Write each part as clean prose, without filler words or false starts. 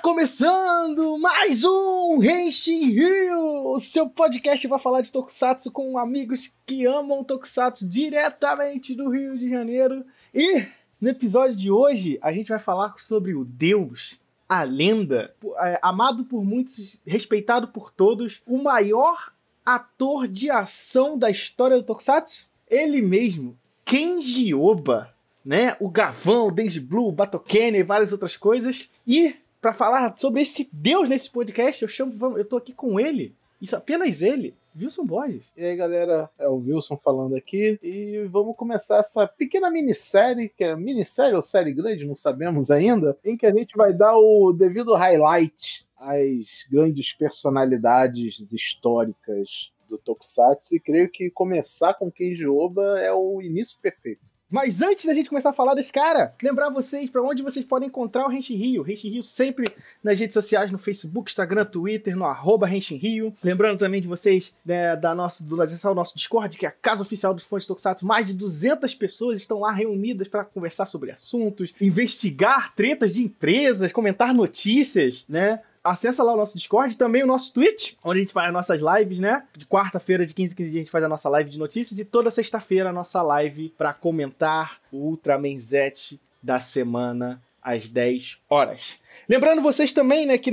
Começando mais um Henshin Rio, o seu podcast vai falar de Tokusatsu com amigos que amam Tokusatsu diretamente do Rio de Janeiro. E no episódio de hoje a gente vai falar sobre o Deus, a lenda, amado por muitos, respeitado por todos, o maior ator de ação da história do Tokusatsu, ele mesmo, Kenji Oba, né? O Gavão, o Denji Blue, o Batokene e várias outras coisas. E para falar sobre esse Deus nesse podcast, eu tô aqui com ele, isso apenas ele, Wilson Borges. E aí, galera, é o Wilson falando aqui e vamos começar essa pequena minissérie, que é minissérie ou série grande, não sabemos ainda, em que a gente vai dar o devido highlight às grandes personalidades históricas do Tokusatsu, e creio que começar com Kenji Oba é o início perfeito. Mas antes da gente começar a falar desse cara, lembrar vocês para onde vocês podem encontrar o Henshin Rio. Henshin Rio sempre nas redes sociais, no Facebook, Instagram, Twitter, no @Henshin Rio. Lembrando também de vocês, né, do acessar o nosso Discord, que é a casa oficial dos fãs de Tokusatsu. Mais de 200 pessoas estão lá reunidas para conversar sobre assuntos, investigar tretas de empresas, comentar notícias, né? Acessa lá o nosso Discord, também o nosso Twitch, onde a gente faz as nossas lives, né? De quarta-feira, de 15 em 15 dias, a gente faz a nossa live de notícias. E toda sexta-feira, a nossa live para comentar o Ultraman Z da semana, às 10 horas. Lembrando vocês também, né, que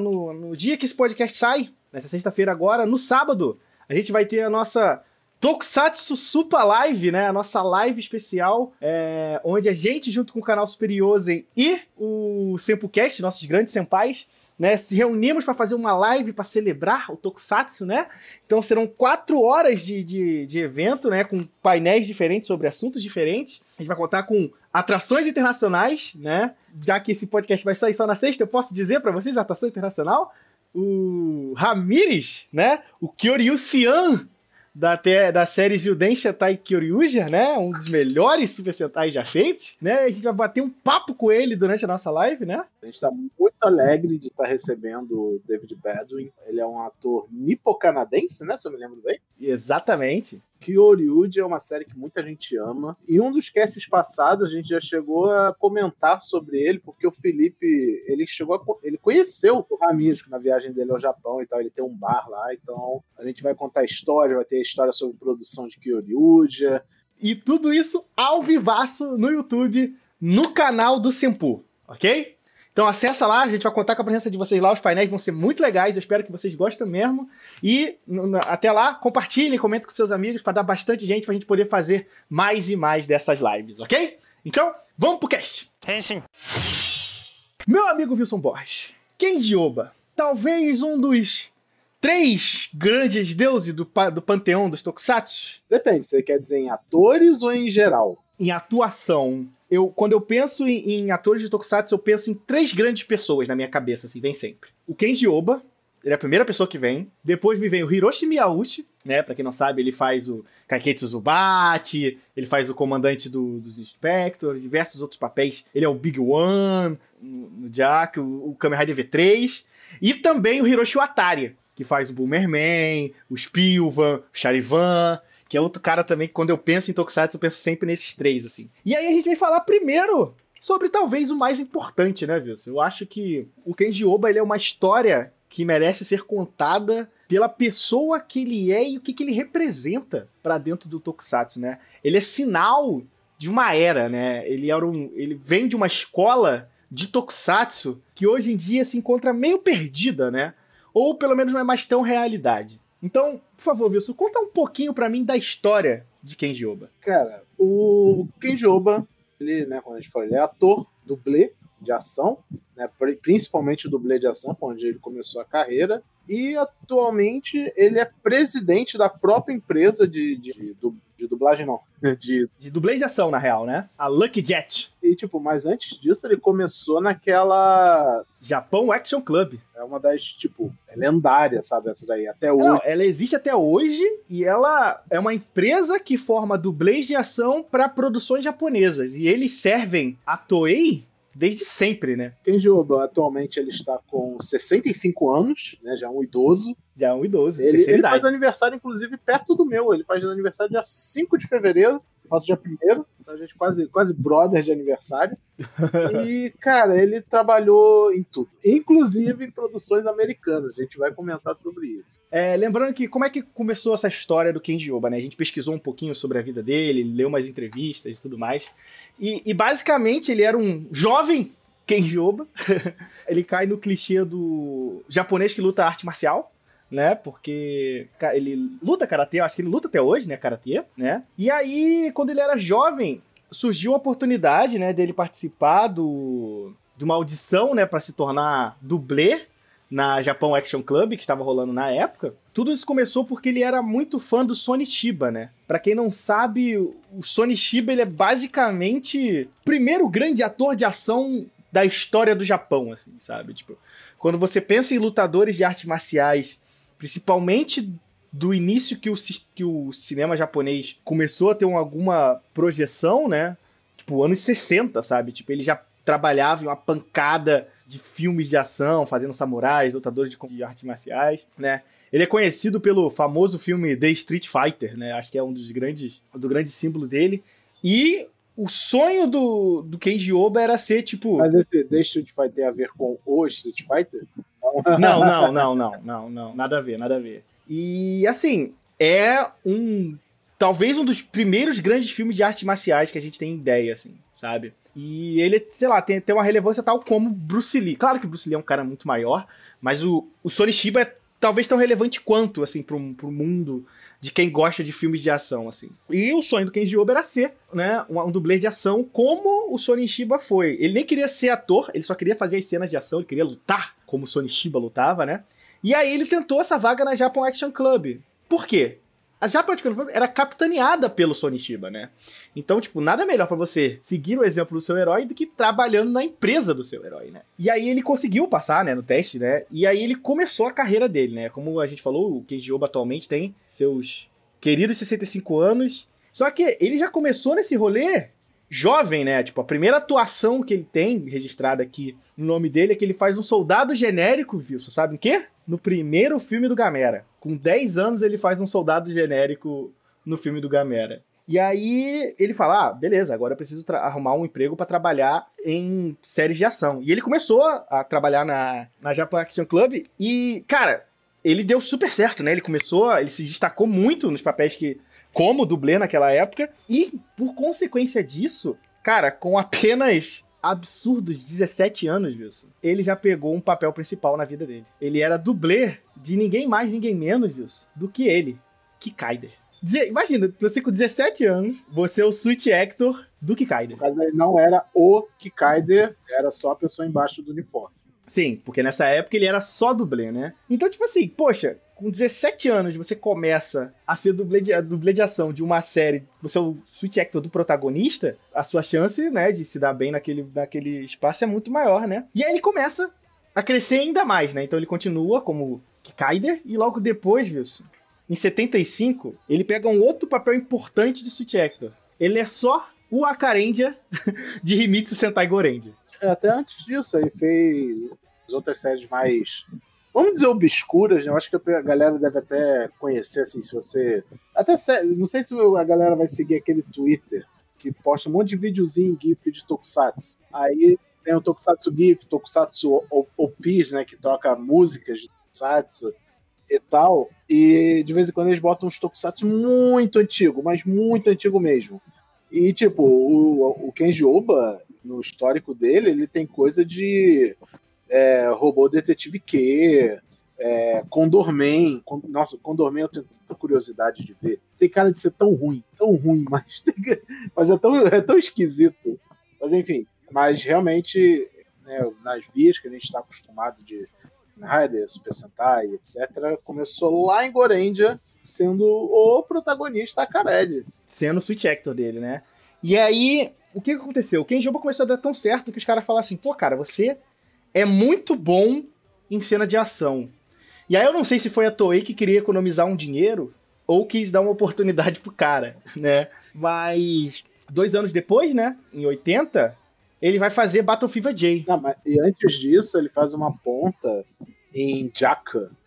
no dia que esse podcast sai, nessa sexta-feira agora, no sábado, a gente vai ter a nossa Tokusatsu Super Live, né? A nossa live especial, onde a gente, junto com o canal Superiosen e o Sempocast, nossos grandes senpais, né, se reunimos para fazer uma live para celebrar o Tokusatsu, né? Então serão 4 horas de evento, né, com painéis diferentes sobre assuntos diferentes. A gente vai contar com atrações internacionais, né? Já que esse podcast vai sair só na sexta, eu posso dizer para vocês, atração internacional, o Ramires, né? O Kyoryu Sian da série Zyuden Sentai Kyoryuger, né? Um dos melhores Super Sentai já feitos, né? A gente vai bater um papo com ele durante a nossa live, né? A gente está muito alegre de estar recebendo o David Badwin. Ele é um ator nipo-canadense, né? Se eu me lembro bem. Exatamente. Kyoryuger é uma série que muita gente ama. E um dos casts passados a gente já chegou a comentar sobre ele, porque o Felipe, ele conheceu o Ramires na viagem dele ao Japão e tal. Ele tem um bar lá, então a gente vai contar a história, vai ter a história sobre produção de Kyoryuger. E tudo isso ao vivaço no YouTube, no canal do Senpu, ok? Então acessa lá, a gente vai contar com a presença de vocês lá, os painéis vão ser muito legais, eu espero que vocês gostem mesmo. E até lá, compartilhem, comentem com seus amigos para dar bastante gente pra gente poder fazer mais e mais dessas lives, ok? Então, vamos pro cast! Henshin. Meu amigo Wilson Borges, Kenji Oba, talvez um dos 3 grandes deuses do panteão dos Tokusatsu? Depende, você quer dizer em atores ou em geral? Em atuação. Quando eu penso em atores de Tokusatsu, eu penso em 3 grandes pessoas na minha cabeça, assim, vem sempre. O Kenji Oba, ele é a primeira pessoa que vem. Depois me vem o Hiroshi Miyauchi, né? Pra quem não sabe, ele faz o Kaiketsu Zubachi, ele faz o comandante dos Inspectors, diversos outros papéis. Ele é o Big One, no Jack, o Kamen Rider V3. E também o Hiroshi Watari, que faz o Boomerman, o Spilvan, o Charivan, que é outro cara também que quando eu penso em Tokusatsu, eu penso sempre nesses 3, assim. E aí a gente vai falar primeiro sobre talvez o mais importante, né, Wilson? Eu acho que o Kenji Oba, ele é uma história que merece ser contada pela pessoa que ele é e o que ele representa pra dentro do Tokusatsu, né? Ele é sinal de uma era, né? Ele vem de uma escola de Tokusatsu que hoje em dia se encontra meio perdida, né? Ou pelo menos não é mais tão realidade. Então, por favor, Wilson, conta um pouquinho pra mim da história de Kenji Oba. Cara, o Kenji Oba, ele, né, como a gente falou, ele é ator, dublê de ação, né, principalmente dublê de ação, onde ele começou a carreira, e atualmente ele é presidente da própria empresa de dublagem, não. De dublê de ação, na real, né? A Lucky Jet. E, tipo, mas antes disso ele começou naquela Japão Action Club. É uma das, tipo, lendária, sabe, essa daí, até hoje. Não, ela existe até hoje e ela é uma empresa que forma dublês de ação para produções japonesas. E eles servem a Toei desde sempre, né? Kenji Oba, atualmente, ele está com 65 anos, né? Já é um idoso. Já é um idoso. Ele faz aniversário, inclusive, perto do meu. Ele faz aniversário dia 5 de fevereiro. faço dia 1º, então a gente quase brother de aniversário. E, cara, ele trabalhou em tudo, inclusive em produções americanas. A gente vai comentar sobre isso. Lembrando que como é que começou essa história do Kenji Oba, né? A gente pesquisou um pouquinho sobre a vida dele, leu umas entrevistas e tudo mais. E basicamente ele era um jovem Kenji Oba. Ele cai no clichê do japonês que luta arte marcial, né? Porque ele luta karatê, eu acho que ele luta até hoje, né? Karatê, né? E aí, quando ele era jovem, surgiu a oportunidade, né, dele participar de uma audição, né, para se tornar dublê na Japan Action Club, que estava rolando na época. Tudo isso começou porque ele era muito fã do Sonny Chiba, né? Pra quem não sabe, o Sonny Chiba, ele é basicamente o primeiro grande ator de ação da história do Japão, assim, sabe? Tipo, quando você pensa em lutadores de artes marciais, principalmente do início que o cinema japonês começou a ter alguma projeção, né? Tipo, anos 60, sabe? Tipo, ele já trabalhava em uma pancada de filmes de ação, fazendo samurais, lutadores de artes marciais, né? Ele é conhecido pelo famoso filme The Street Fighter, né? Acho que é um do grande símbolo dele. E o sonho do Kenji Oba era ser, tipo... Mas esse The Street Fighter tem a ver com o Street Fighter? Não. Nada a ver. E, assim, talvez um dos primeiros grandes filmes de artes marciais que a gente tem ideia, assim, sabe? E ele, sei lá, tem uma relevância tal como Bruce Lee. Claro que o Bruce Lee é um cara muito maior, mas o Sonny Chiba é talvez tão relevante quanto, assim, pro mundo de quem gosta de filmes de ação, assim. E o sonho do Kenji Oba era ser, né, um dublê de ação como o Sonny Chiba foi. Ele nem queria ser ator, ele só queria fazer as cenas de ação, ele queria lutar como o Sonny Chiba lutava, né? E aí ele tentou essa vaga na Japan Action Club. Por quê? A Japan Action Club era capitaneada pelo Sonny Chiba, né? Então, tipo, nada melhor pra você seguir o exemplo do seu herói do que trabalhando na empresa do seu herói, né? E aí ele conseguiu passar, né, no teste, né? E aí ele começou a carreira dele, né? Como a gente falou, o Kenji Oba atualmente tem seus queridos 65 anos. Só que ele já começou nesse rolê jovem, né? Tipo, a primeira atuação que ele tem registrada aqui no nome dele é que ele faz um soldado genérico, Wilson, sabe o quê? No primeiro filme do Gamera. Com 10 anos ele faz um soldado genérico no filme do Gamera. E aí ele fala, beleza, agora eu preciso arrumar um emprego pra trabalhar em séries de ação. E ele começou a trabalhar na Japan Action Club e, cara, ele deu super certo, né? Ele se destacou muito nos papéis como dublê naquela época. E, por consequência disso, cara, com apenas absurdos 17 anos, Wilson, ele já pegou um papel principal na vida dele. Ele era dublê de ninguém mais, ninguém menos, Wilson, do que ele, Kikaider. Imagina, você com 17 anos, você é o Switch Actor do Kikaider. No caso, ele não era o Kikaider, era só a pessoa embaixo do uniforme. Sim, porque nessa época ele era só dublê, né? Então, tipo assim, poxa, com 17 anos você começa a ser dublê de ação de uma série, você é o Switch Actor do protagonista, a sua chance, né, de se dar bem naquele espaço é muito maior, né? E aí ele começa a crescer ainda mais, né? Então ele continua como Kikaider e logo depois, Wilson, em 75, ele pega um outro papel importante de Switch Actor. Ele é só o Akarendia de Himitsu Sentai Gorendia. Até antes disso, ele fez as outras séries mais, vamos dizer, obscuras, né? Eu acho que a galera deve até conhecer, assim, se você... não sei se a galera vai seguir aquele Twitter que posta um monte de videozinho GIF de Tokusatsu. Aí tem o Tokusatsu GIF, Tokusatsu OPs, né? Que troca músicas de Tokusatsu e tal. E de vez em quando eles botam uns Tokusatsu muito antigo, mas muito antigo mesmo. E, tipo, o Kenji Oba, no histórico dele, ele tem coisa de Robô Detetive Q, Condorman. Nossa, Condorman eu tenho tanta curiosidade de ver. Tem cara de ser tão ruim, mas, mas é tão esquisito. Mas, enfim, mas realmente, né, nas vias que a gente está acostumado de Rider, Super Sentai, etc., começou lá em Gorendia, sendo o protagonista, a Kared. Sendo o Switch Actor dele, né? E aí, o que aconteceu? O Kenji Oba começou a dar tão certo que os caras falaram assim, pô, cara, você é muito bom em cena de ação. E aí eu não sei se foi a Toei que queria economizar um dinheiro ou quis dar uma oportunidade pro cara, né? Mas 2 anos depois, né, em 80, ele vai fazer Battle Fever J. Não, mas, e antes disso, ele faz uma ponta em Jaka,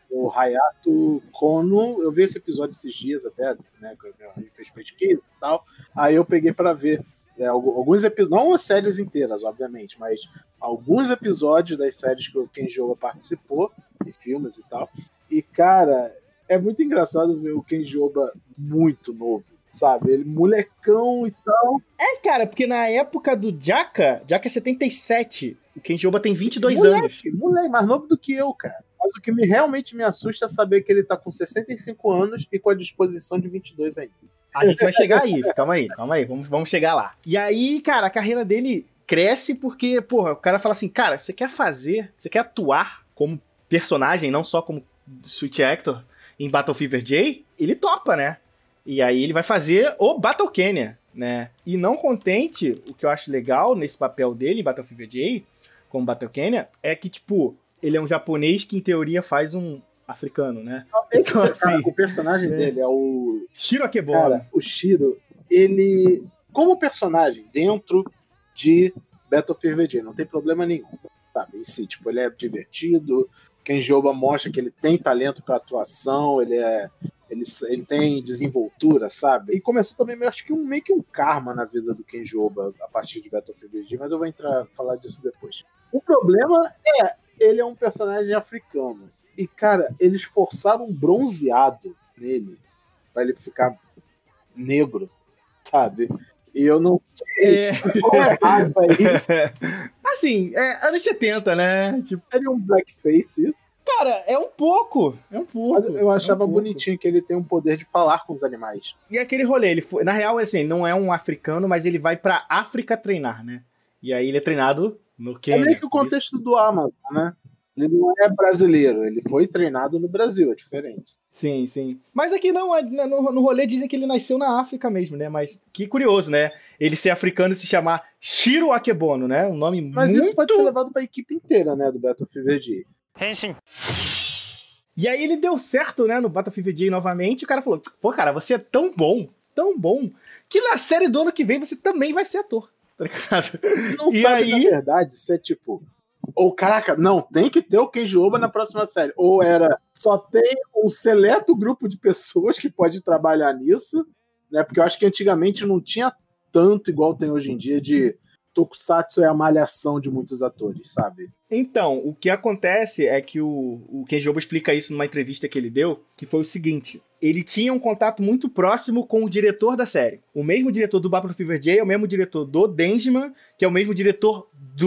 O Hayato Kono, eu vi esse episódio esses dias até, né? Que a gente fez pesquisa e tal. Aí eu peguei pra ver alguns episódios, não as séries inteiras, obviamente, mas alguns episódios das séries que o Kenji Oba participou, de filmes e tal. E, cara, é muito engraçado ver o Kenji Oba muito novo, sabe? Ele molecão e tal. Cara, porque na época do Jaka é 77, o Kenji Oba tem 22 anos. Moleque, mais novo do que eu, cara. Mas o que realmente me assusta é saber que ele tá com 65 anos e com a disposição de 22 ainda. A gente vai chegar aí, calma aí, vamos chegar lá. E aí, cara, a carreira dele cresce porque, porra, o cara fala assim, cara, você quer atuar como personagem, não só como Switch Actor em Battle Fever J? Ele topa, né? E aí ele vai fazer o Battle Kenya, né? E não contente, o que eu acho legal nesse papel dele em Battle Fever J, como Battle Kenya, é que, tipo, ele é um japonês que, em teoria, faz um africano, né? Então, assim, o personagem dele é o Shiro Akebono. Cara, o Shiro, ele, como personagem dentro de Battle Fever J, não tem problema nenhum, sabe? Em si, tipo, ele é divertido, Kenji Oba mostra que ele tem talento para atuação, ele tem desenvoltura, sabe? E começou também, eu acho que meio que um karma na vida do Kenji Oba a partir de Battle Fever J, mas eu vou falar disso depois. O problema ele é um personagem africano. E, cara, eles forçaram um bronzeado nele pra ele ficar negro, sabe? E eu não sei qual é errado pra isso. Assim, anos 70, né? Tipo, seria um blackface isso? Cara, é um pouco. Mas eu achava bonitinho que ele tem um poder de falar com os animais. E aquele rolê, na real, assim, não é um africano, mas ele vai pra África treinar, né? E aí ele é treinado no Quênia. É meio que o contexto do Amazon, né? Ele não é brasileiro, ele foi treinado no Brasil, é diferente. Sim, sim. Mas aqui não, no rolê dizem que ele nasceu na África mesmo, né? Mas que curioso, né? Ele ser africano e se chamar Shiro Akebono, né? Um nome Mas muito... isso pode ser levado pra equipe inteira, né? Do Battle Fever J. Henshin. E aí ele deu certo, né? No Battle Fever J novamente. E o cara falou, pô, cara, você é tão bom, que na série do ano que vem você também vai ser ator. Tá ligado? Não e sabe, aí... na verdade, se é tipo... Ou, caraca, não, tem que ter o Kenji Oba na próxima série. Ou só tem um seleto grupo de pessoas que pode trabalhar nisso, né? Porque eu acho que antigamente não tinha tanto igual tem hoje em dia de Tokusatsu é a malhação de muitos atores, sabe? Então, o que acontece é que o Kenji Oba explica isso numa entrevista que ele deu, que foi o seguinte: ele tinha um contato muito próximo com o diretor da série. O mesmo diretor do Battle Fever J é o mesmo diretor do Denjiman, que é o mesmo diretor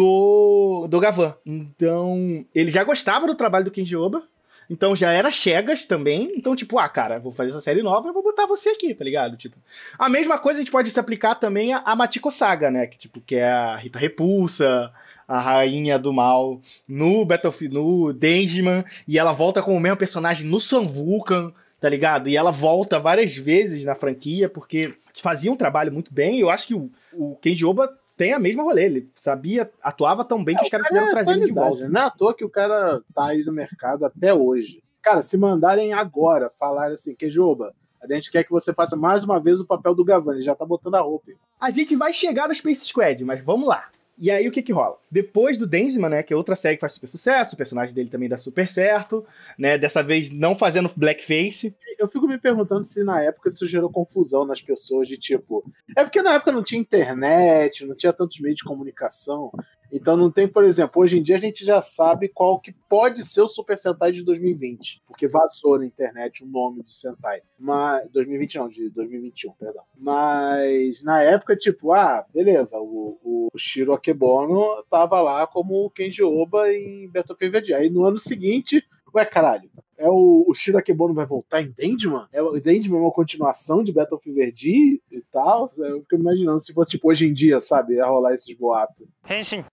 do Gavan. Então, ele já gostava do trabalho do Kenji Oba, então já era chegas também. Então, tipo, cara, vou fazer essa série nova, eu vou botar você aqui, tá ligado? Tipo, a mesma coisa a gente pode se aplicar também a Machiko Saga, né? Que é a Rita Repulsa, a rainha do mal no Denjiman, e ela volta com o mesmo personagem no Sun Vulcan, tá ligado? E ela volta várias vezes na franquia, porque fazia um trabalho muito bem. Eu acho que o Kenji Oba tem a mesma rolê, ele atuava tão bem que os caras quiseram trazer ele de volta. Não é à toa que o cara tá aí no mercado até hoje. Cara, se mandarem agora, falarem assim, Kenji Oba, a gente quer que você faça mais uma vez o papel do Gavan, ele já tá botando a roupa. A gente vai chegar no Space Squad, mas vamos lá. E aí o que rola? Depois do Denjiman, né, que é outra série que faz super sucesso, o personagem dele também dá super certo, né, dessa vez não fazendo blackface. Eu fico me perguntando se na época isso gerou confusão nas pessoas de tipo... É porque na época não tinha internet, não tinha tantos meios de comunicação, então não tem, por exemplo, hoje em dia a gente já sabe qual que pode ser o Super Sentai de 2020, porque vazou na internet o nome do Sentai. Mas 2020 não, de 2021, perdão. Mas na época, tipo, beleza, o Shiro Akebono tava lá como o Kenji Oba em Battle Fever J. Aí no ano seguinte, caralho, o Shiro Akebono vai voltar em Denjiman? O Denjiman é uma continuação de Battle Fever J e tal? Eu fico imaginando se fosse tipo hoje em dia, sabe? Ia rolar esses boatos. Henshin.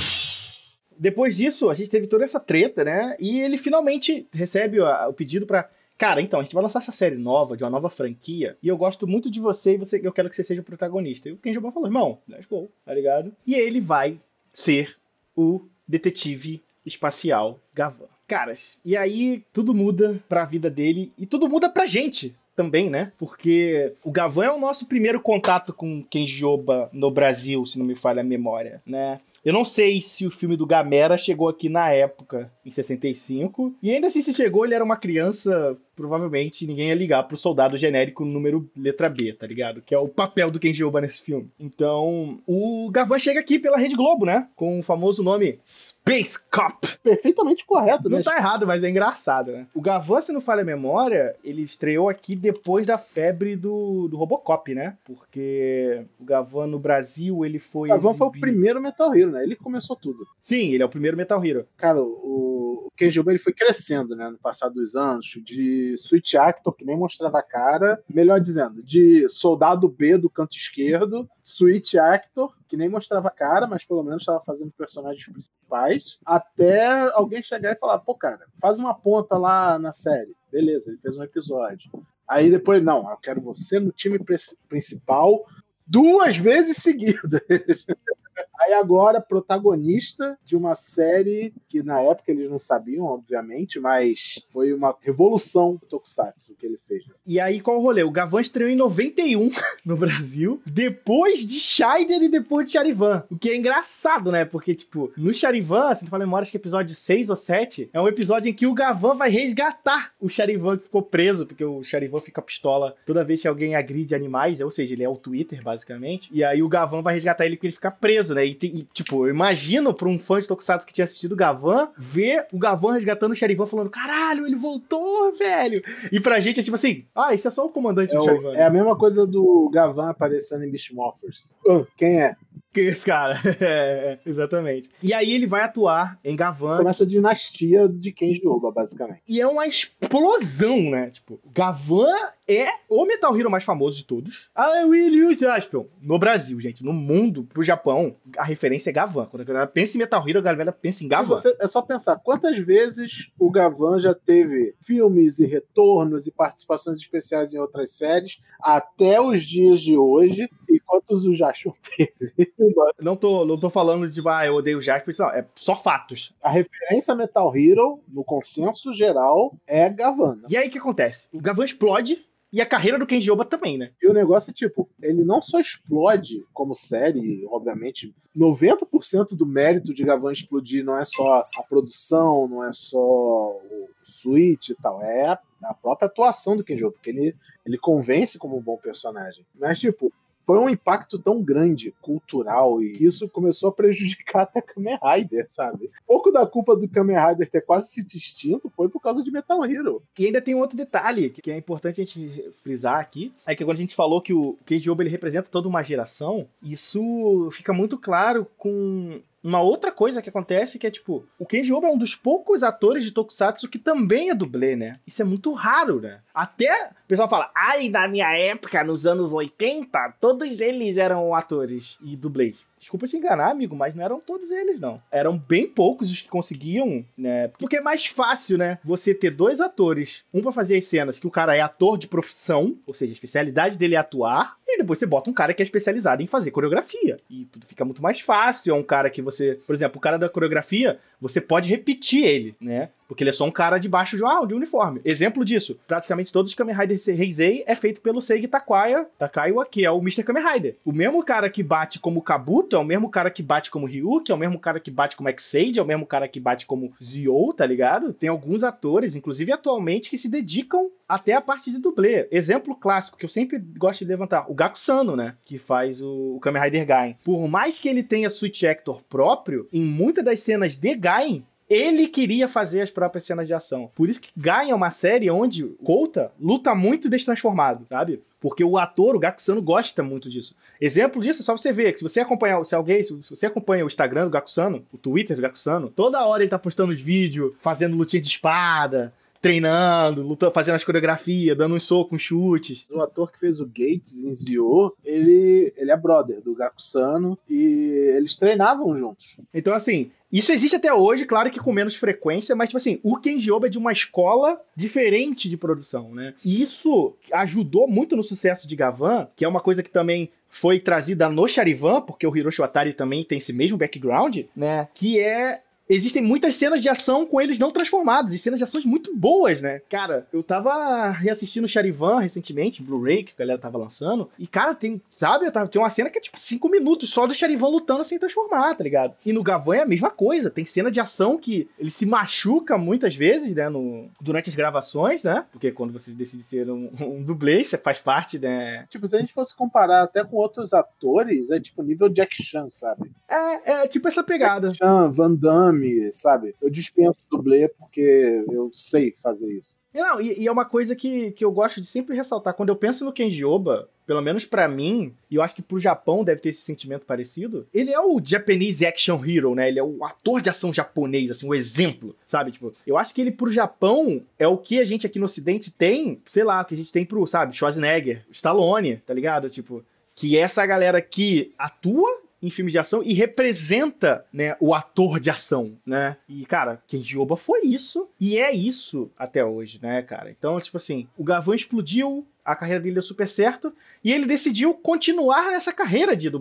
Depois disso, a gente teve toda essa treta, né? E ele finalmente recebe o pedido pra... Cara, então, a gente vai lançar essa série nova, de uma nova franquia, e eu gosto muito de você e eu quero que você seja o protagonista. E o Kenji Oba falou, irmão, let's go, tá ligado? E ele vai ser o detetive espacial Gavan. Caras, e aí tudo muda pra vida dele e tudo muda pra gente também, né? Porque o Gavan é o nosso primeiro contato com Kenji Oba no Brasil, se não me falha a memória, né? Eu não sei se o filme do Gamera chegou aqui na época, em 65. E ainda assim, se chegou, ele era uma criança... Provavelmente ninguém ia ligar pro soldado genérico número letra B, tá ligado? Que é o papel do Kenji Oba nesse filme. Então, o Gavan chega aqui pela Rede Globo, né? Com o famoso nome Space Cop. Perfeitamente correto, né? Não tá errado, mas é engraçado, né? O Gavan, se não falha a memória, ele estreou aqui depois da febre do Robocop, né? Porque o Gavan no Brasil, ele foi... O Gavan foi o primeiro Metal Hero, né? Ele começou tudo. Sim, ele é o primeiro Metal Hero. Cara, o Kenji Oba, ele foi crescendo, né? No passar dos anos, de Switch Actor, que nem mostrava a cara, melhor dizendo, de soldado B do canto esquerdo, Switch Actor, que nem mostrava a cara, mas pelo menos estava fazendo personagens principais, até alguém chegar e falar, pô, cara, faz uma ponta lá na série. Beleza, ele fez um episódio. Aí depois, não, eu quero você no time principal 2 vezes seguidas. Aí agora, protagonista de uma série que na época eles não sabiam, obviamente, mas foi uma revolução do Tokusatsu que ele fez. E aí, qual o rolê? O Gavan estreou em 91 no Brasil, depois de Shider e depois de Charivan. O que é engraçado, né? Porque, tipo, no Charivan, se não fala memória, acho que episódio 6 ou 7, é um episódio em que o Gavan vai resgatar o Charivan que ficou preso, porque o Charivan fica pistola toda vez que alguém agride animais, ou seja, ele é o Twitter, basicamente. E aí o Gavan vai resgatar ele porque ele fica preso, né? E, tipo, eu imagino pra um fã de Tokusatsu que tinha assistido o Gavan, ver o Gavan resgatando o Charivan falando, caralho, ele voltou, velho! E pra gente é tipo assim, isso é só o comandante do Charivan. É a mesma coisa do Gavan aparecendo em Beast Morphers. Quem é? Que esse cara? Exatamente. E aí ele vai atuar em Gavan. Começa a dinastia de Kenji Oba, basicamente. E é uma explosão, né? Tipo, Gavan é o Metal Hero mais famoso de todos. I will use Jaspion. No Brasil, gente. No mundo, pro Japão, a referência é Gavan. Quando a galera pensa em Metal Hero, a galera pensa em Gavan. É só pensar, quantas vezes o Gavan já teve filmes e retornos e participações especiais em outras séries até os dias de hoje, e quantos o Jaspion teve? Não tô falando de, eu odeio o Jaspion, não, é só fatos. A referência Metal Hero, no consenso geral, é Gavan. Né? E aí o que acontece? O Gavan explode, e a carreira do Kenji Oba também, né? E o negócio é, tipo, ele não só explode como série, obviamente, 90% do mérito de Gavan explodir não é só a produção, não é só o Switch e tal, é a própria atuação do Kenji Oba, porque ele convence como um bom personagem. Mas, tipo, foi um impacto tão grande, cultural, e isso começou a prejudicar até Kamen Rider, sabe? Pouco da culpa do Kamen Rider ter quase sido extinto foi por causa de Metal Hero. E ainda tem um outro detalhe que é importante a gente frisar aqui, é que quando a gente falou que o Kenji Oba ele representa toda uma geração, isso fica muito claro com uma outra coisa que acontece, que é tipo, o Kenji Oba é um dos poucos atores de Tokusatsu que também é dublê, né? Isso é muito raro, né? Até o pessoal fala, na minha época, nos anos 80, todos eles eram atores e dublês. Desculpa te enganar, amigo, mas não eram todos eles, não. Eram bem poucos os que conseguiam, né? Porque é mais fácil, né? Você ter 2 atores, um pra fazer as cenas que o cara é ator de profissão, ou seja, a especialidade dele é atuar, e depois você bota um cara que é especializado em fazer coreografia. E tudo fica muito mais fácil. É um cara que você... Por exemplo, o cara da coreografia, você pode repetir ele, né? Porque ele é só um cara debaixo de uniforme. Exemplo disso, praticamente todos os Kamen Rider Heisei é feito pelo Seiji Takaiwa, que é o Mr. Kamen Rider. O mesmo cara que bate como Kabuto é o mesmo cara que bate como Ryuki, é o mesmo cara que bate como X-Aid, é o mesmo cara que bate como Zio, tá ligado? Tem alguns atores, inclusive atualmente, que se dedicam até a parte de dublê. Exemplo clássico, que eu sempre gosto de levantar, o Gakusano, né? Que faz o Kamen Rider Gain. Por mais que ele tenha Switch Actor próprio, em muitas das cenas de Gain, ele queria fazer as próprias cenas de ação. Por isso que Gain é uma série onde Kouta luta muito destransformado, sabe? Porque o ator, o Gakusano, gosta muito disso. Exemplo disso é só você ver que se você acompanha o Instagram do Gakusano, o Twitter do Gakusano, toda hora ele tá postando os vídeos, fazendo lutinha de espada, treinando, lutando, fazendo as coreografias, dando uns socos, uns chutes. O ator que fez o Gates em Zio, ele é brother do Gakusano e eles treinavam juntos. Então, assim, isso existe até hoje, claro que com menos frequência, mas, tipo assim, o Kenji Oba é de uma escola diferente de produção, né? E isso ajudou muito no sucesso de Gavan, que é uma coisa que também foi trazida no Charivan, porque o Hiroshi Watari também tem esse mesmo background, né? Que é existem muitas cenas de ação com eles não transformados, e cenas de ações muito boas, né? Cara, eu tava reassistindo Charivan recentemente, Blu-ray, que a galera tava lançando, e cara, tem uma cena que é tipo 5 minutos só do Charivan lutando sem transformar, tá ligado? E no Gavan é a mesma coisa, tem cena de ação que ele se machuca muitas vezes, né, durante as gravações, né? Porque quando você decide ser um dublê, você faz parte, né? Tipo, se a gente fosse comparar até com outros atores, é tipo nível Jack Chan, sabe? É tipo essa pegada. Jack Chan, Van Damme, sabe? Eu dispenso dublê porque eu sei fazer isso. Não, e é uma coisa que eu gosto de sempre ressaltar. Quando eu penso no Kenji Oba, pelo menos pra mim, e eu acho que pro Japão deve ter esse sentimento parecido, ele é o Japanese Action Hero, né? Ele é o ator de ação japonês, assim, o exemplo, sabe? Tipo, eu acho que ele pro Japão é o que a gente aqui no Ocidente tem, sei lá, o que a gente tem pro, sabe, Schwarzenegger, Stallone, tá ligado? Tipo, que é essa galera que atua em filmes de ação e representa, né, o ator de ação, né? E, cara, Kenji Oba foi isso e é isso até hoje, né, cara? Então, tipo assim, o Gavan explodiu, a carreira dele deu super certo, e ele decidiu continuar nessa carreira de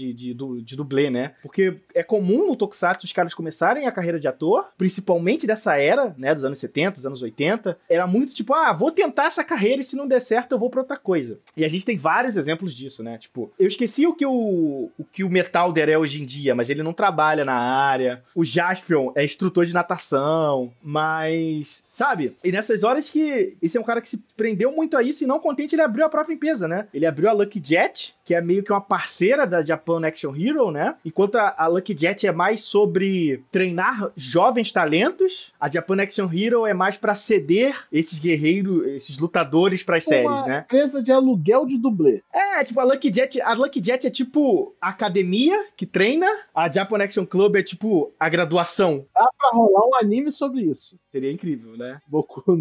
dublê, né? Porque é comum no Tokusatsu os caras começarem a carreira de ator, principalmente dessa era, né, dos anos 70, dos anos 80, era muito tipo, vou tentar essa carreira e se não der certo eu vou pra outra coisa. E a gente tem vários exemplos disso, né? Tipo, eu esqueci o que o Metalder é hoje em dia, mas ele não trabalha na área. O Jaspion é instrutor de natação, mas... sabe? E nessas horas que esse é um cara que se prendeu muito a isso e não contente, ele abriu a própria empresa, né? Ele abriu a Lucky Jet, que é meio que uma parceira da Japan Action Hero, né? Enquanto a Lucky Jet é mais sobre treinar jovens talentos, a Japan Action Hero é mais pra ceder esses guerreiros, esses lutadores pras séries, né? Empresa de aluguel de dublê. Tipo, a Lucky Jet é tipo a academia que treina, a Japan Action Club é tipo a graduação. Dá pra rolar um anime sobre isso. Seria incrível, né? Boku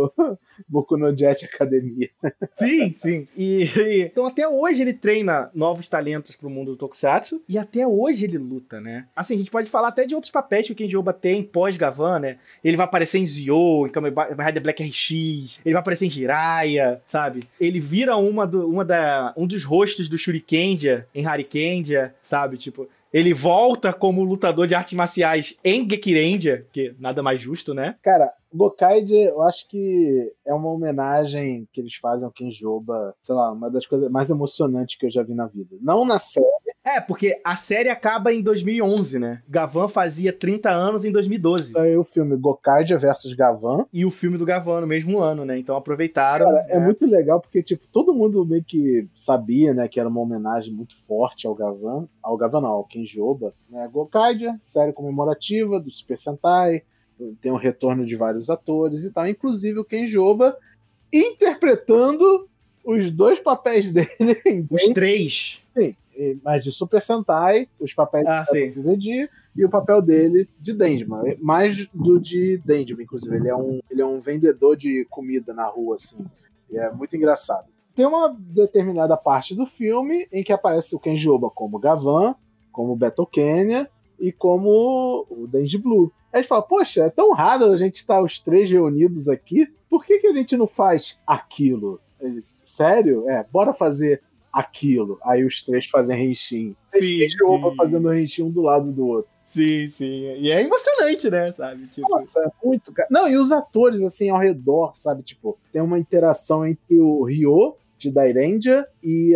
no Jet Academia. Sim. Então até hoje ele treina novos talentos pro mundo do Tokusatsu e até hoje ele luta, né? Assim, a gente pode falar até de outros papéis que o Kenji Oba tem pós-Gavan, né? Ele vai aparecer em Zio, em Kamen Rider Black RX, ele vai aparecer em Jiraiya, sabe? Ele vira um dos rostos do Shurikendia em Harikendia, sabe? Tipo... ele volta como lutador de artes marciais em Gekirendia, que nada mais justo, né? Cara, Gokaiger, eu acho que é uma homenagem que eles fazem ao Kenji Oba, sei lá, uma das coisas mais emocionantes que eu já vi na vida. Não na série. Porque a série acaba em 2011, né? Gavan fazia 30 anos em 2012. Saiu o filme Gokaiger versus Gavan. E o filme do Gavan no mesmo ano, né? Então aproveitaram. Cara, né? é muito legal porque, tipo, todo mundo meio que sabia, né, que era uma homenagem muito forte ao Gavan. Não, ao Kenji Oba. Né? Gokaiger, série comemorativa do Super Sentai. Tem o retorno de vários atores e tal. Inclusive o Kenji Oba interpretando os dois papéis dele. Os três. Sim, mas de Super Sentai, os papéis de VD e o papel dele de Dendman. Mais do de Dendman, inclusive. Ele é um vendedor de comida na rua, assim. E é muito engraçado. Tem uma determinada parte do filme em que aparece o Kenji Oba como Gavan, como Battle Kenya e como o Denji Blue. Aí a gente fala, poxa, é tão raro a gente estar os três reunidos aqui, por que a gente não faz aquilo? Ele, sério? Bora fazer aquilo. Aí os três fazem Henshin. Kenji Oba fazendo Henshin um do lado do outro. Sim. E é emocionante, né, sabe? Tipo... nossa, é muito... Não, e os atores, assim, ao redor, sabe? Tipo, tem uma interação entre o Ryo, de Dairendia, e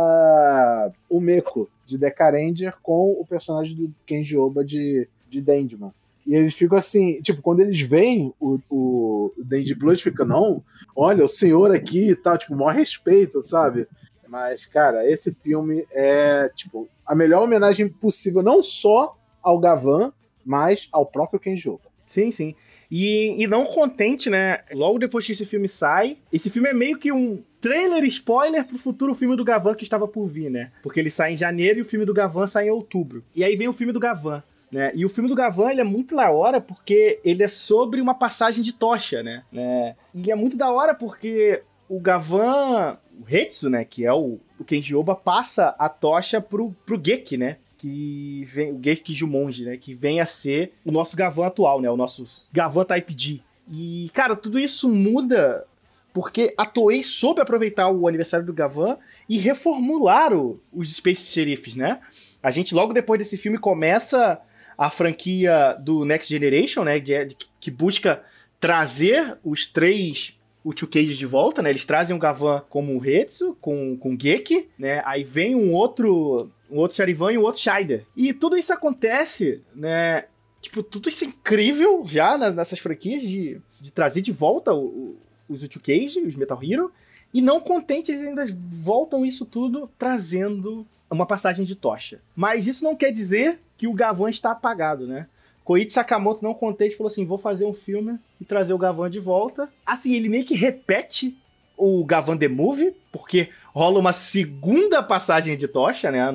o Meko, de Decarendia, com o personagem do Kenji Oba de Dendman. E eles ficam assim, tipo, quando eles veem o Denji Blue, eles ficam, não, olha, o senhor aqui e tal, tipo, maior respeito, sabe? Mas, cara, esse filme é, tipo, a melhor homenagem possível, não só ao Gavan, mas ao próprio Kenji Oba. Sim. E não contente, né? Logo depois que esse filme sai, esse filme é meio que um trailer spoiler pro futuro filme do Gavan que estava por vir, né? Porque ele sai em janeiro e o filme do Gavan sai em outubro. E aí vem o filme do Gavan. Né? E o filme do Gavan, ele é muito da hora porque ele é sobre uma passagem de tocha, né? E é muito da hora porque o Gavan, o Hetsu, né, que é o Kenji Oba, passa a tocha pro Geki, né? Que vem, o Geki Jumonji, né? Que vem a ser o nosso Gavan atual, né? O nosso Gavan Type G. E, cara, tudo isso muda porque a Toei soube aproveitar o aniversário do Gavan e reformular os Space Sheriffs, né? A gente, logo depois desse filme, começa a franquia do Next Generation, né? Que busca trazer os 3 Uchucages de volta, né? Eles trazem o Gavan como o Hetsu, com o Geki, né? Aí vem um outro Charivan e um outro Shider. E tudo isso acontece, né? Tipo, tudo isso é incrível já nessas franquias de trazer de volta os Uchucage, os Metal Hero. E não contentes, eles ainda voltam isso tudo trazendo uma passagem de tocha. Mas isso não quer dizer que o Gavan está apagado, né? Koichi Sakamoto, não contente, falou assim, vou fazer um filme e trazer o Gavan de volta. Assim, ele meio que repete o Gavan The Movie, porque rola uma segunda passagem de tocha, né,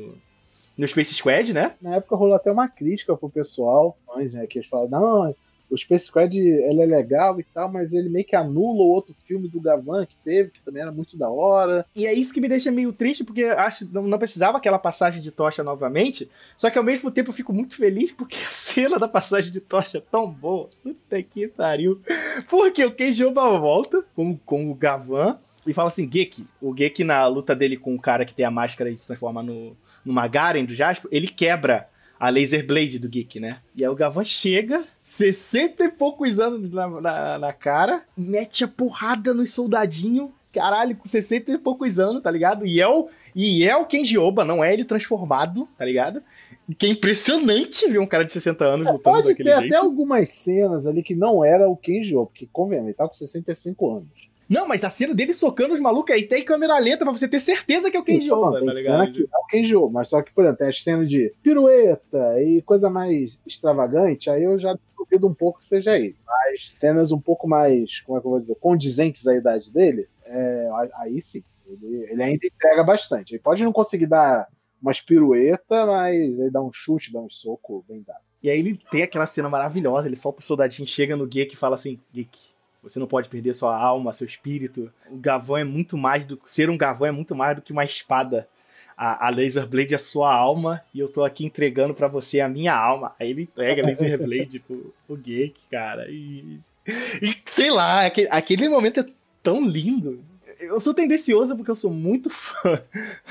no Space Squad, né? Na época rolou até uma crítica pro pessoal, mas, né, que eles falaram, não, o Space Squad ele é legal e tal, mas ele meio que anula o outro filme do Gavan que teve, que também era muito da hora. E é isso que me deixa meio triste, porque acho que não precisava aquela passagem de tocha novamente, só que ao mesmo tempo eu fico muito feliz porque a cena da passagem de tocha é tão boa. Puta que pariu. Porque o Kenji Oba volta com o Gavan e fala assim, Geki. O Geki, na luta dele com o cara que tem a máscara e se transforma numa Garen do Jasper, ele quebra a Laser Blade do Geek, né? E aí o Gavan chega, 60 e poucos anos na cara, mete a porrada nos soldadinhos, caralho, com 60 e poucos anos, tá ligado? E é o Kenji Oba, não é ele transformado, tá ligado? Que é impressionante ver um cara de 60 anos lutando daquele jeito. Pode ter até algumas cenas ali que não era o Kenji Oba, porque, convenhamos, ele tá com 65 anos. Não, mas a cena dele socando os malucos aí tem câmera lenta pra você ter certeza que é o Kenji Oba, tá ligado? Que é o Kenji Oba, mas só que, por exemplo, tem as cenas de pirueta e coisa mais extravagante, aí eu já duvido um pouco que seja ele. Mas cenas um pouco mais, como é que eu vou dizer, condizentes à idade dele, aí sim, ele ainda entrega bastante. Ele pode não conseguir dar umas piruetas, mas ele dá um chute, dá um soco bem dado. E aí ele tem aquela cena maravilhosa, ele solta o soldadinho, chega no Geek e fala assim, Geek, você não pode perder sua alma, seu espírito. O Gavan é muito mais do... Ser um Gavan é muito mais do que uma espada. A Laser Blade é a sua alma e eu tô aqui entregando pra você a minha alma. Aí ele entrega a Laser Blade pro Geek, cara. E sei lá, aquele momento é tão lindo. Eu sou tendencioso porque eu sou muito fã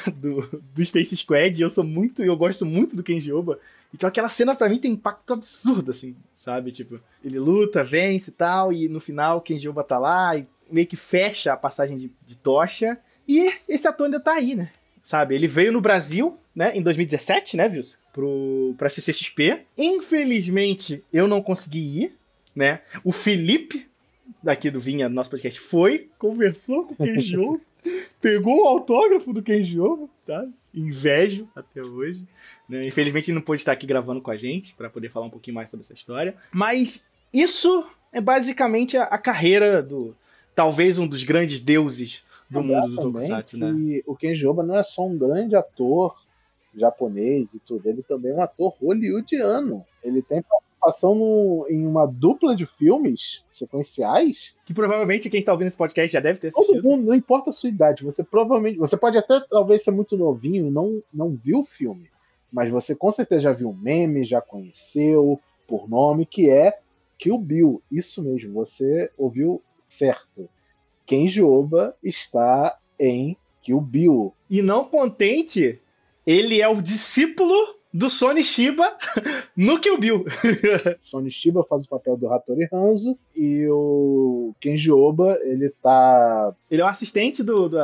do Space Squad. Eu gosto muito do Kenji Oba. Então aquela cena pra mim tem impacto absurdo, assim, sabe? Tipo, ele luta, vence e tal, e no final o Kenji Oba tá lá e meio que fecha a passagem de tocha. E esse ator ainda tá aí, né? Sabe? Ele veio no Brasil, né, em 2017, né, Wilson? Pra CCXP. Infelizmente, eu não consegui ir, né? O Felipe, daqui do Vinha, do nosso podcast, conversou com o Kenji Oba, pegou o autógrafo do Kenji Oba, tá? Invejo até hoje. Né? Infelizmente ele não pôde estar aqui gravando com a gente para poder falar um pouquinho mais sobre essa história. Mas isso é basicamente a carreira do talvez um dos grandes deuses do mundo do Tokusatsu, né? E o Kenji Oba não é só um grande ator japonês e tudo, ele também é um ator hollywoodiano. Ele tem participação em uma dupla de filmes sequenciais. Que provavelmente quem está ouvindo esse podcast já deve ter assistido. Todo mundo, não importa a sua idade, você pode até talvez ser muito novinho e não viu o filme, mas você com certeza já viu meme, já conheceu por nome, que é Kill Bill. Isso mesmo, você ouviu certo. Kenji Oba está em Kill Bill. E não contente, ele é o discípulo do Sonny Shiba no Kill Bill. Sonny Shiba faz o papel do Hattori Hanzo e o Kenji Oba, ele tá... Ele é o assistente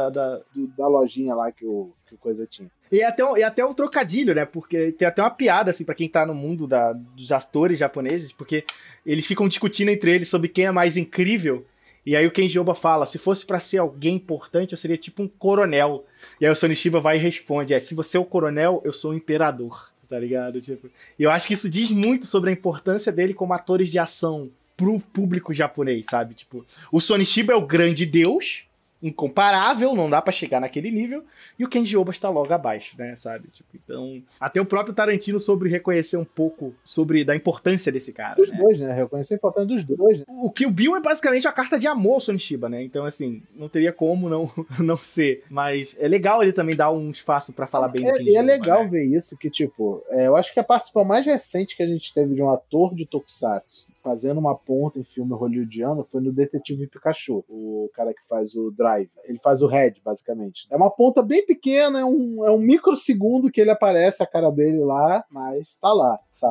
da lojinha lá que o coisa tinha. E até o trocadilho, né? Porque tem até uma piada, assim, pra quem tá no mundo dos atores japoneses, porque eles ficam discutindo entre eles sobre quem é mais incrível. E aí o Kenji Oba fala, se fosse pra ser alguém importante, eu seria tipo um coronel. E aí o Sonny Shiba vai e responde, se você é o coronel, eu sou o imperador, tá ligado? Tipo, e eu acho que isso diz muito sobre a importância dele como atores de ação pro público japonês, sabe? Tipo, o Sonny Shiba é o grande deus, incomparável, não dá pra chegar naquele nível, e o Kenji Oba está logo abaixo, né, sabe? Tipo, então, até o próprio Tarantino soube reconhecer um pouco da importância desse cara, dos dois, né? Reconhecer a importância dos dois. Né? O Kill Bill é basicamente a carta de amor ao Sonny Shiba, né? Então, assim, não teria como não ser. Mas é legal ele também dar um espaço pra falar bem do Kenji Oba. É legal, né? Ver isso, que, tipo, eu acho que a participação mais recente que a gente teve de um ator de Tokusatsu fazendo uma ponta em filme hollywoodiano foi no Detetive Pikachu, o cara que faz o Drive. Ele faz o Red, basicamente. É uma ponta bem pequena, é um microsegundo que ele aparece, a cara dele lá, mas tá lá, sabe?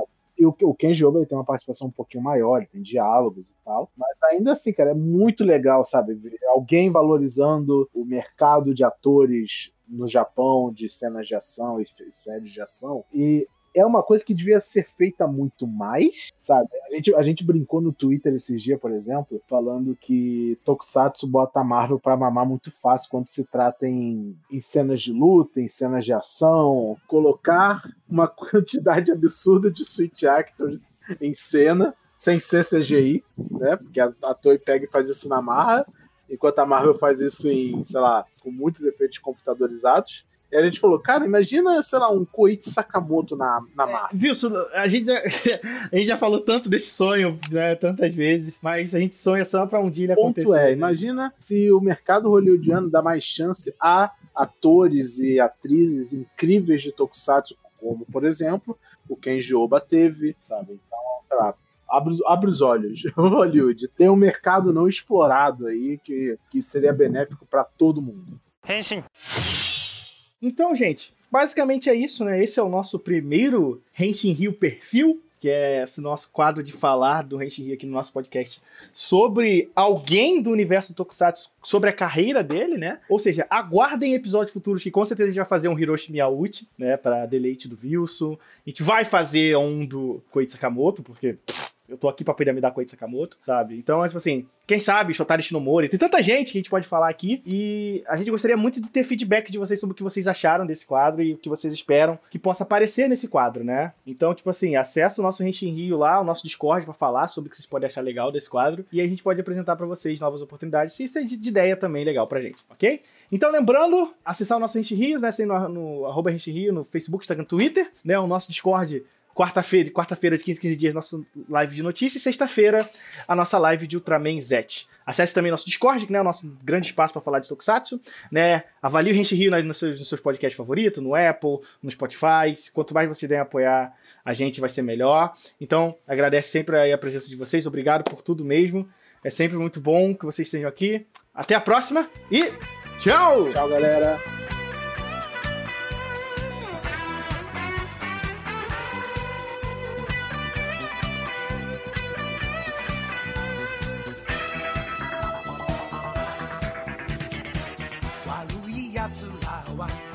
E o Kenji Oba, ele tem uma participação um pouquinho maior, ele tem diálogos e tal. Mas ainda assim, cara, é muito legal, sabe? Ver alguém valorizando o mercado de atores no Japão, de cenas de ação e séries de ação. E é uma coisa que devia ser feita muito mais, sabe? A gente brincou no Twitter esses dias, por exemplo, falando que Tokusatsu bota a Marvel pra mamar muito fácil quando se trata em cenas de luta, em cenas de ação, colocar uma quantidade absurda de Switch Actors em cena, sem ser CGI, né? Porque a Toei pega e faz isso na marra, enquanto a Marvel faz isso em, sei lá, com muitos efeitos computadorizados. E a gente falou, cara, imagina, sei lá, um Koichi Sakamoto na Marvel. Wilson, a gente já falou tanto desse sonho, né, tantas vezes, mas a gente sonha só pra um dia ele acontecer. Ponto é, imagina se o mercado hollywoodiano dá mais chance a atores e atrizes incríveis de Tokusatsu, como, por exemplo, o Kenji Oba teve, sabe? Então, sei lá, abre os olhos, Hollywood. Tem um mercado não explorado aí que seria benéfico pra todo mundo. Henshin. Então, gente, basicamente é isso, né? Esse é o nosso primeiro Henshin Rio Perfil, que é esse nosso quadro de falar do Henshin Rio aqui no nosso podcast sobre alguém do universo Tokusatsu, sobre a carreira dele, né? Ou seja, aguardem episódios futuros que com certeza a gente vai fazer um Hiroshi Miyauchi, né? Para deleite do Wilson. A gente vai fazer um do Koichi Sakamoto, porque eu tô aqui pra piramidar com o Koichi Sakamoto, sabe? Então, tipo assim, quem sabe, Shotari Shinomori, tem tanta gente que a gente pode falar aqui, e a gente gostaria muito de ter feedback de vocês sobre o que vocês acharam desse quadro e o que vocês esperam que possa aparecer nesse quadro, né? Então, tipo assim, acessa o nosso Henshin Rio lá, o nosso Discord pra falar sobre o que vocês podem achar legal desse quadro, e a gente pode apresentar pra vocês novas oportunidades, se isso é de ideia também legal pra gente, ok? Então, lembrando, acessar o nosso Henshin Rio, né? No @Henshin Rio, no Facebook, Instagram, Twitter, né? O nosso Discord. Quarta-feira de 15 dias, nossa live de notícias. E sexta-feira, a nossa live de Ultraman Z. Acesse também nosso Discord, que é o nosso grande espaço para falar de Tokusatsu, né? Avalie o Henshin Rio nos seus podcasts favoritos, no Apple, no Spotify. Quanto mais você der apoiar a gente, vai ser melhor. Então, agradece sempre a presença de vocês. Obrigado por tudo mesmo. É sempre muito bom que vocês estejam aqui. Até a próxima e tchau! Tchau, galera! Tsunawa